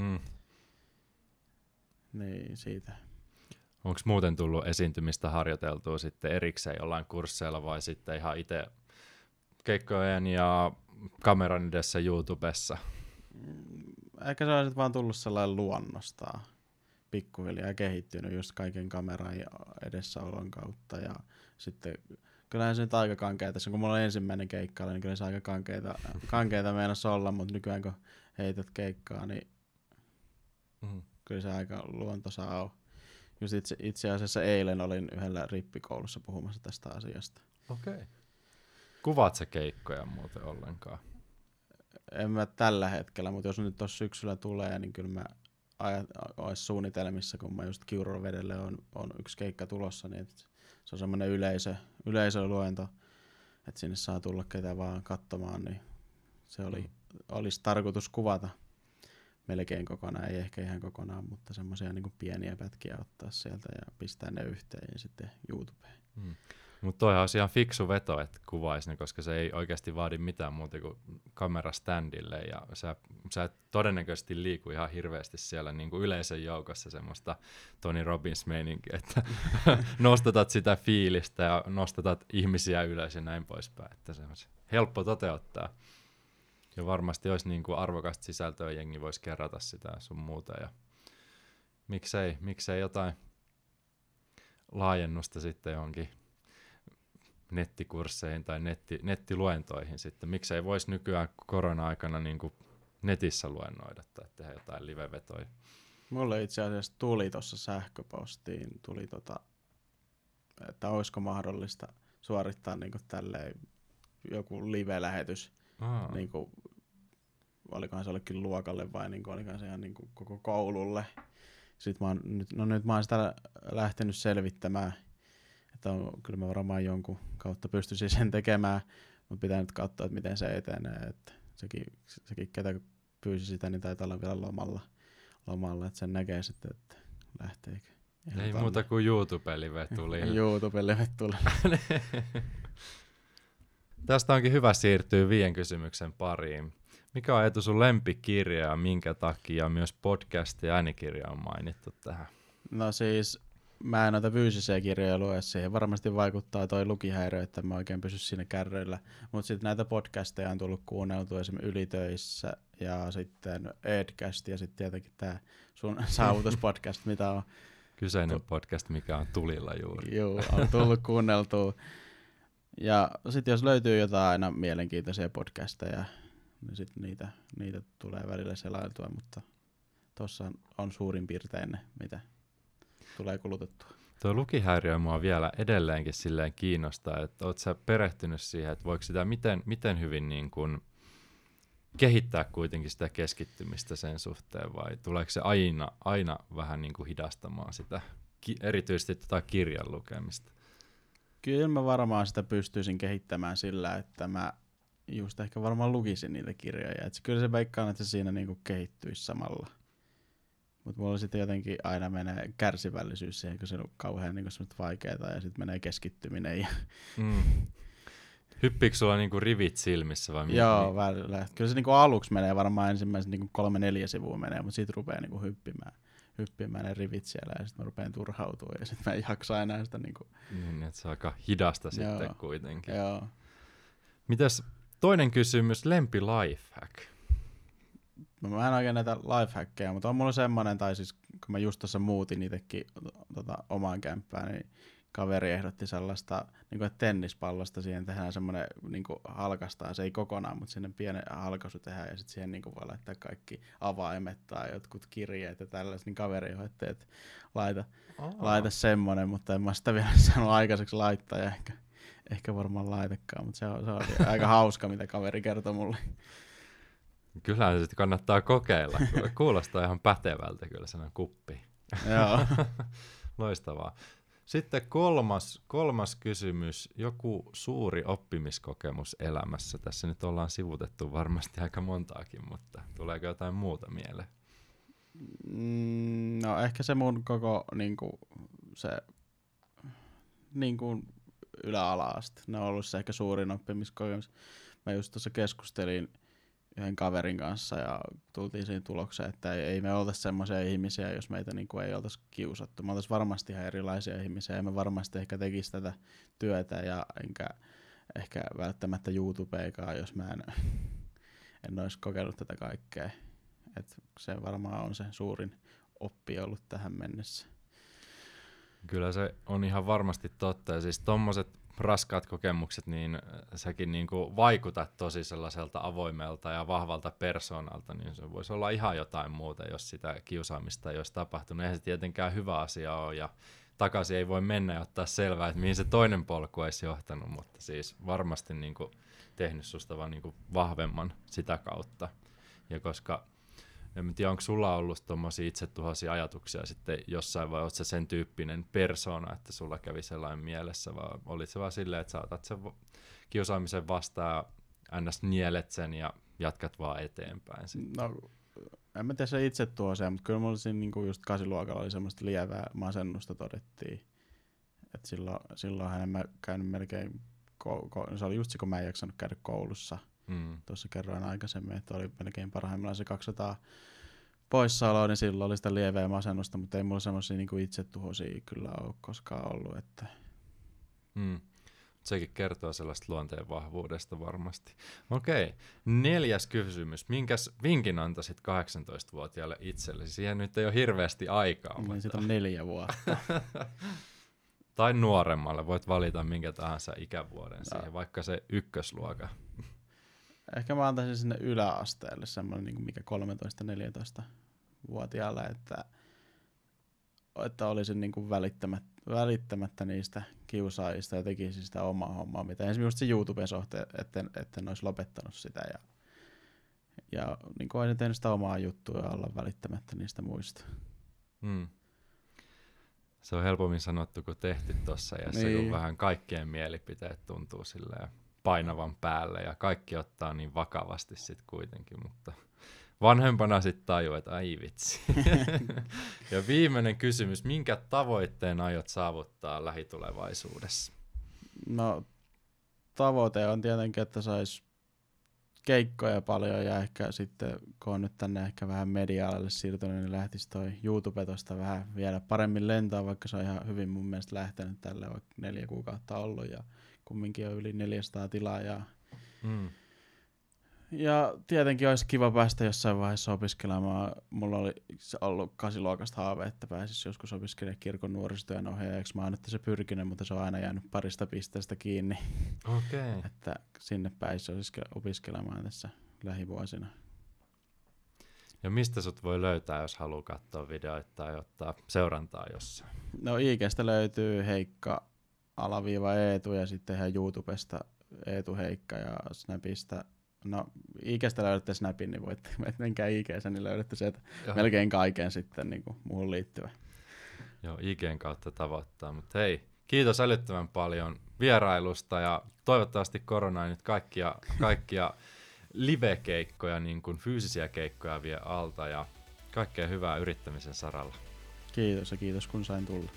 niin siitä. Onko muuten tullut esiintymistä harjoiteltua sitten erikseen jollain kursseilla vai sitten ihan itse keikkojen ja kameran edessä YouTubessa? Ehkä se on vaan tullut sellainen luonnostaan pikkuhiljaa kehittynyt just kaiken kameran edessäolon kautta ja sitten kyllähän se nyt aika kankeita, kun mulla on ensimmäinen keikka, niin kyllä se aika kankeita meinasi olla, mutta nykyään kun heität keikkaa, niin kyllä se aika luontoisaa on. Just itse asiassa eilen olin yhdellä rippikoulussa puhumassa tästä asiasta. Okei. Kuvaat sä keikkoja muuten ollenkaan? En mä tällä hetkellä, mutta jos nyt tuossa syksyllä tulee, niin kyllä mä olisi suunnitelmissa, kun mä just Kiuruvedelle on yksi keikka tulossa, niin se on semmoinen yleisöluento, että sinne saa tulla ketä vaan katsomaan, niin se olisi tarkoitus kuvata melkein kokonaan, ei ehkä ihan kokonaan, mutta semmoisia niin kuin pieniä pätkiä ottaa sieltä ja pistää ne yhteen ja sitten YouTubeen. Mutta toihan olisi ihan fiksu veto, että kuvaisi ne, koska se ei oikeasti vaadi mitään muuta kuin kameraständille ja sä et todennäköisesti liiku ihan hirveästi siellä niin kuin yleisön joukossa semmoista Tony Robbins-meininkiä, että nostatat sitä fiilistä ja nostatat ihmisiä ylös ja näin poispäin, että se on helppo toteuttaa. Ja varmasti olisi niin kuin arvokasta sisältöä, jengi voisi kerrata sitä sun muuta ja miksei jotain laajennusta sitten johonkin nettikursseihin tai nettiluentoihin sitten. Miksei voisi nykyään korona-aikana niin kuin netissä luennoida tai tehdä jotain livevetoja. Mulle itse asiassa tuli tuossa sähköpostiin, että olisiko mahdollista suorittaa niinku tälleen joku live-lähetys, niinku, olikohan se jollekin luokalle vai niinku, olikohan se ihan niinku koko koululle. Sitten nyt mä oon sitä lähtenyt selvittämään, että kyllä mä varmaan jonkun kautta pystyisin sen tekemään, mutta pitää nyt katsoa, että miten se etenee. Että sekin ketä pyysi sitä, niin taitaa olla vielä lomalla, että sen näkee sitten, että lähteekö. Ei muuta kuin YouTube-live tuli. YouTube-live tuli. Tästä onkin hyvä siirtyä 5 kysymyksen pariin. Mikä on Eetu sun lempikirja ja minkä takia myös podcast ja äänikirja on mainittu tähän? No siis mä en noita fyysisiä kirjoja lue, siihen varmasti vaikuttaa toi lukihäiriö, että mä oikein pysy siinä kärryillä. Mutta sitten näitä podcasteja on tullut kuunneltua esimerkiksi Ylitöissä ja sitten Edcast ja sitten tietenkin tää sun saavutuspodcast, mitä on kyseinen podcast, mikä on tulilla juuri. Joo, on tullut kuunneltua. Ja sitten jos löytyy jotain aina mielenkiintoisia podcasteja, niin sitten niitä tulee välillä selailtua, mutta tossa on suurin piirtein ne, mitä tulee kulutettua. Tuo lukihäiriö mua vielä edelleenkin silleen kiinnostaa, että oot sä perehtynyt siihen, että voiko sitä miten hyvin niin kun kehittää kuitenkin sitä keskittymistä sen suhteen, vai tuleeko se aina vähän niin kuin hidastamaan sitä, erityisesti tätä kirjan lukemista? Kyllä mä varmaan sitä pystyisin kehittämään sillä, että mä just ehkä varmaan lukisin niitä kirjoja. Et kyllä se veikkaan, että se siinä niinku kehittyisi samalla. Mutta mulla sitten jotenkin aina menee kärsivällisyys siihen, kun se on kauhean niinku vaikeaa ja sitten menee keskittyminen. Ja hyppiikö sulla niinku rivit silmissä vai Joo, välillä. Kyllä se niinku aluksi menee varmaan ensimmäiset niinku 3-4 sivua menee, mutta sitten rupeaa niinku hyppimään ne rivit siellä ja sitten mä rupean turhautumaan ja sitten mä en jaksa enää sitä niinku. Niin, että se on aika hidasta sitten kuitenkin. Joo. Mitäs toinen kysymys, lempi lifehack? No, mä en oikein näitä lifehackkejä, mutta on mulla semmonen, tai siis kun mä just tuossa muutin itsekin omaan kämppään, niin kaveri ehdotti sellaista, niin että tennispallosta siihen tehdään semmoinen niin halkastaan, se ei kokonaan, mutta sinne pienen halkaisu tehdään ja sitten siihen niin voi laittaa kaikki avaimet tai jotkut kirjeet ja tällaiset, niin kaveri ehdotti, että laita semmoinen, mutta en mä sitä vielä saanut aikaiseksi laittaa ja ehkä varmaan laitakaan, mutta se on aika hauska, mitä kaveri kertoi mulle. Kyllä se sitten kannattaa kokeilla. Kuulostaa ihan pätevältä kyllä sellainen kuppi. Joo. Loistavaa. Sitten kolmas kysymys. Joku suuri oppimiskokemus elämässä. Tässä nyt ollaan sivutettu varmasti aika montaakin, mutta tuleeko jotain muuta mieleen? No ehkä se mun koko yläala-aste. Ne on ollut se ehkä suurin oppimiskokemus. Mä just tuossa keskustelin yhden kaverin kanssa ja tultiin siihen tulokseen, että ei me oltaisi semmoisia ihmisiä, jos meitä ei oltaisi kiusattu. Me oltaisiin varmasti ihan erilaisia ihmisiä ja me varmasti ehkä tekisi tätä työtä ja enkä ehkä välttämättä YouTubeikaan, jos mä en olisi kokenut tätä kaikkea. Et se varmaan on se suurin oppi ollut tähän mennessä. Kyllä se on ihan varmasti totta. Ja siis tommoset raskaat kokemukset, niin säkin niinku vaikutat tosi sellaiselta avoimelta ja vahvalta persoonalta, niin se voisi olla ihan jotain muuta, jos sitä kiusaamista ei olisi tapahtunut. Eihän se tietenkään hyvä asia ole, ja takaisin ei voi mennä ja ottaa selvää, että mihin se toinen polku olisi johtanut, mutta siis varmasti niinku tehnyt susta vaan niinku vahvemman sitä kautta. Ja koska en tiedä, onko sulla ollut tommosia itsetuhoisia ajatuksia sitten jossain, vai oot sä sen tyyppinen persoona, että sulla kävi sellainen mielessä, vai olit se vaan silleen, että sä otat sen kiusaamisen vastaan ja ns. Nielet sen ja jatkat vaan eteenpäin sitten? No, en mä tiedä se itsetuhoisia, mutta kyllä mulla siinä niinku just 8-luokalla oli semmoista lievää masennusta todettiin. Et silloinhan en mä käynyt melkein, se oli just se, kun mä en jaksanut käydä koulussa. Tuossa kerroin aikaisemmin, että oli melkein parhaimmillaan se 200 poissaoloa, niin silloin oli sitä lieveä masennusta, mutta ei mulla semmoisia niinku itsetuhoisia kyllä ole koskaan ollut. Että. Sekin kertoo sellaista luonteen vahvuudesta varmasti. Okei, 4. kysymys. Minkäs vinkin antaisit 18-vuotiaalle itsellesi? Siihen nyt ei ole hirveästi aikaa. Niin mutta siitä on 4 vuotta. Tai nuoremmalle. Voit valita minkä tahansa ikävuoden siihen, vaikka se ykkösluokan. Ehkä mä antaisin sinne yläasteelle semmoinen, niin mikä 13-14-vuotiaalle, että että olisin niin kuin välittämättä niistä kiusaajista ja tekisin sitä omaa hommaa, mitä esimerkiksi just se YouTube-sohte, etten olisi lopettanut sitä ja niin kuin olisin tehnyt sitä omaa juttua ja olla välittämättä niistä muista. Se on helpommin sanottu kuin tehty tossa ja se kun vähän kaikkien mielipiteet tuntuu silleen painavan päälle ja kaikki ottaa niin vakavasti sit kuitenkin, mutta vanhempana sitten tajuu, että ai vitsi. Ja viimeinen kysymys, minkä tavoitteen aiot saavuttaa lähitulevaisuudessa? No tavoite on tietenkin, että sais keikkoja paljon ja ehkä sitten, kun on nyt tänne ehkä vähän media-alalle siirtynyt, niin lähtisi toi YouTube tosta vähän vielä paremmin lentoa, vaikka se on ihan hyvin mun mielestä lähtenyt tälle, vaikka 4 kuukautta ollut ja kumminkin on yli 400 tilaajaa. Ja tietenkin olisi kiva päästä jossain vaiheessa opiskelemaan. Mulla oli ollut 8-luokasta haave, että pääsisi joskus opiskelemaan kirkon nuorisotyön ohjaajaksi. Mä oon nyt se pyrkinyt, mutta se on aina jäänyt parista pisteestä kiinni. Okay. Että sinne pääsisi opiskelemaan tässä lähivuosina. Ja mistä sut voi löytää, jos haluaa katsoa videoita tai ottaa seurantaa jossain? No IG:stä löytyy Heikka-Eetu ja sitten ihan YouTubesta Eetu Heikka ja Snapista. No IG:stä löydätte Snapin, niin voitte menkää IG:ssä, niin löydätte sieltä melkein kaiken sitten niin kuin muuhun liittyvä. Joo, IG:n kautta tavoittaa. Mutta hei, kiitos älyttömän paljon vierailusta ja toivottavasti korona ei nyt kaikkia live-keikkoja, niin kuin fyysisiä keikkoja vie alta ja kaikkea hyvää yrittämisen saralla. Kiitos ja kiitos kun sain tulla.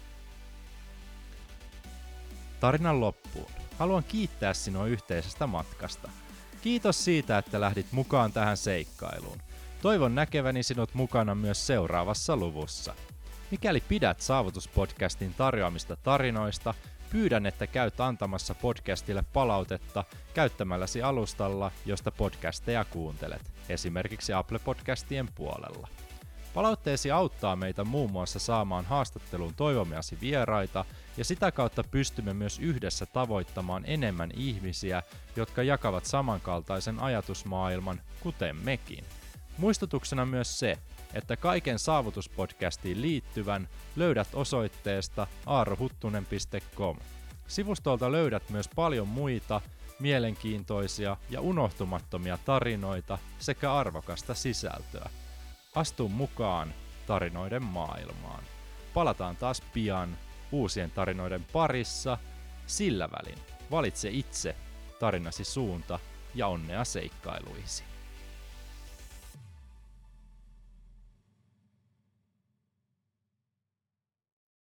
Tarinan loppuun. Haluan kiittää sinua yhteisestä matkasta. Kiitos siitä, että lähdit mukaan tähän seikkailuun. Toivon näkeväni sinut mukana myös seuraavassa luvussa. Mikäli pidät Saavutuspodcastin tarjoamista tarinoista, pyydän, että käyt antamassa podcastille palautetta käyttämälläsi alustalla, josta podcasteja kuuntelet, esimerkiksi Apple-podcastien puolella. Palautteesi auttaa meitä muun muassa saamaan haastatteluun toivomiasi vieraita, ja sitä kautta pystymme myös yhdessä tavoittamaan enemmän ihmisiä, jotka jakavat samankaltaisen ajatusmaailman, kuten mekin. Muistutuksena myös se, että kaiken Saavutuspodcastiin liittyvän löydät osoitteesta aarohuttunen.com. Sivustolta löydät myös paljon muita mielenkiintoisia ja unohtumattomia tarinoita sekä arvokasta sisältöä. Astu mukaan tarinoiden maailmaan. Palataan taas pian uusien tarinoiden parissa. Sillä välin valitse itse tarinasi suunta ja onnea seikkailuisi.